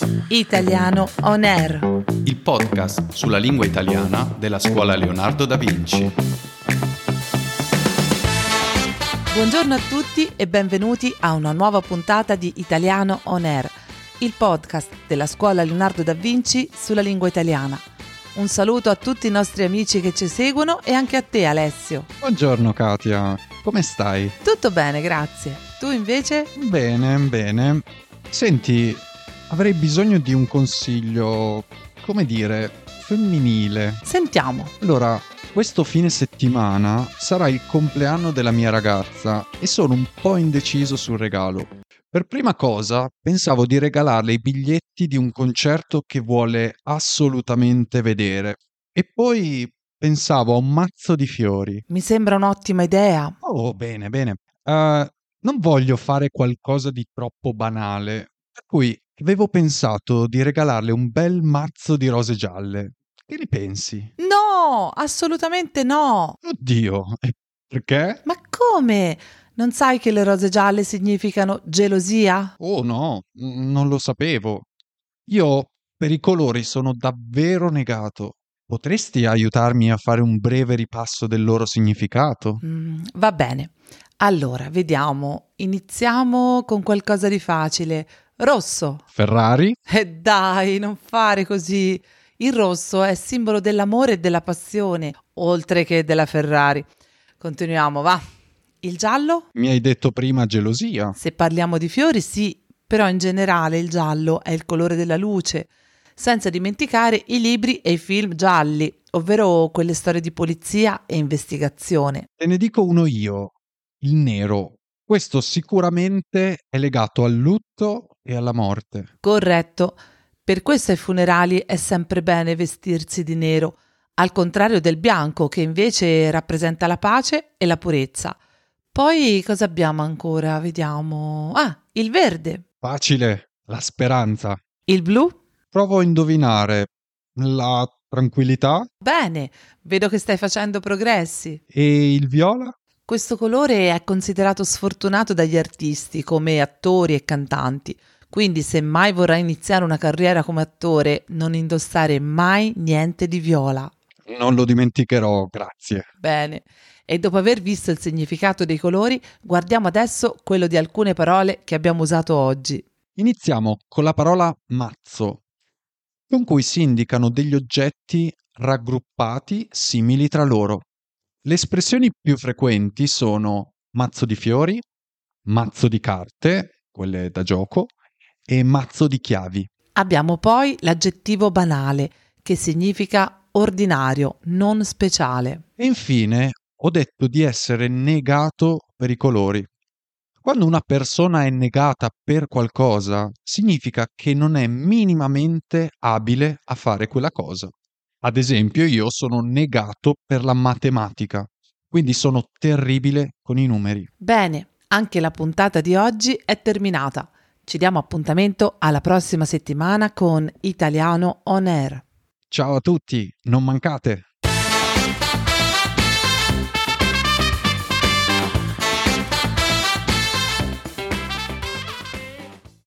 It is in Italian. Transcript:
Italiano On Air, il podcast sulla lingua italiana della Scuola Leonardo da Vinci. Buongiorno a tutti e benvenuti a una nuova puntata di Italiano On Air, il podcast della Scuola Leonardo da Vinci sulla lingua italiana. Un saluto a tutti i nostri amici che ci seguono e anche a te, Alessio. Buongiorno Katia, come stai? Tutto bene, grazie. Tu invece? Bene. Senti, avrei bisogno di un consiglio, come dire, femminile. Sentiamo. Allora, questo fine settimana sarà il compleanno della mia ragazza e sono un po' indeciso sul regalo. Per prima cosa, pensavo di regalarle i biglietti di un concerto che vuole assolutamente vedere. E poi pensavo a un mazzo di fiori. Mi sembra un'ottima idea. Oh, bene. Non voglio fare qualcosa di troppo banale, per cui avevo pensato di regalarle un bel mazzo di rose gialle. Che ne pensi? No, assolutamente no. Oddio, e perché? Ma come? Non sai che le rose gialle significano gelosia? Oh no, non lo sapevo. Io per i colori sono davvero negato. Potresti aiutarmi a fare un breve ripasso del loro significato? Va bene. Allora, vediamo. Iniziamo con qualcosa di facile. Rosso. Ferrari? Dai, non fare così. Il rosso è simbolo dell'amore e della passione, oltre che della Ferrari. Continuiamo, va. Il giallo? Mi hai detto prima gelosia. Se parliamo di fiori, sì, però in generale il giallo è il colore della luce, senza dimenticare i libri e i film gialli, ovvero quelle storie di polizia e investigazione. Te ne dico uno io, il nero. Questo sicuramente è legato al lutto e alla morte. Corretto. Per questo ai funerali è sempre bene vestirsi di nero, al contrario del bianco che invece rappresenta la pace e la purezza. Poi cosa abbiamo ancora? Vediamo. Ah, il verde. Facile, la speranza. Il blu? Provo a indovinare la tranquillità Bene, vedo che stai facendo progressi. e il viola? Questo colore è considerato sfortunato dagli artisti come attori e cantanti, quindi se mai vorrai iniziare una carriera come attore, non indossare mai niente di viola. Non lo dimenticherò, grazie. Bene, e dopo aver visto il significato dei colori, guardiamo adesso quello di alcune parole che abbiamo usato oggi. Iniziamo con la parola mazzo, con cui si indicano degli oggetti raggruppati simili tra loro. Le espressioni più frequenti sono mazzo di fiori, mazzo di carte, quelle da gioco, e mazzo di chiavi. Abbiamo poi l'aggettivo banale, che significa ordinario, non speciale. E infine ho detto di essere negato per i colori. Quando una persona è negata per qualcosa, significa che non è minimamente abile a fare quella cosa. Ad esempio, io sono negato per la matematica, quindi sono terribile con i numeri. Bene, anche la puntata di oggi è terminata. Ci diamo appuntamento alla prossima settimana con Italiano On Air. Ciao a tutti, non mancate!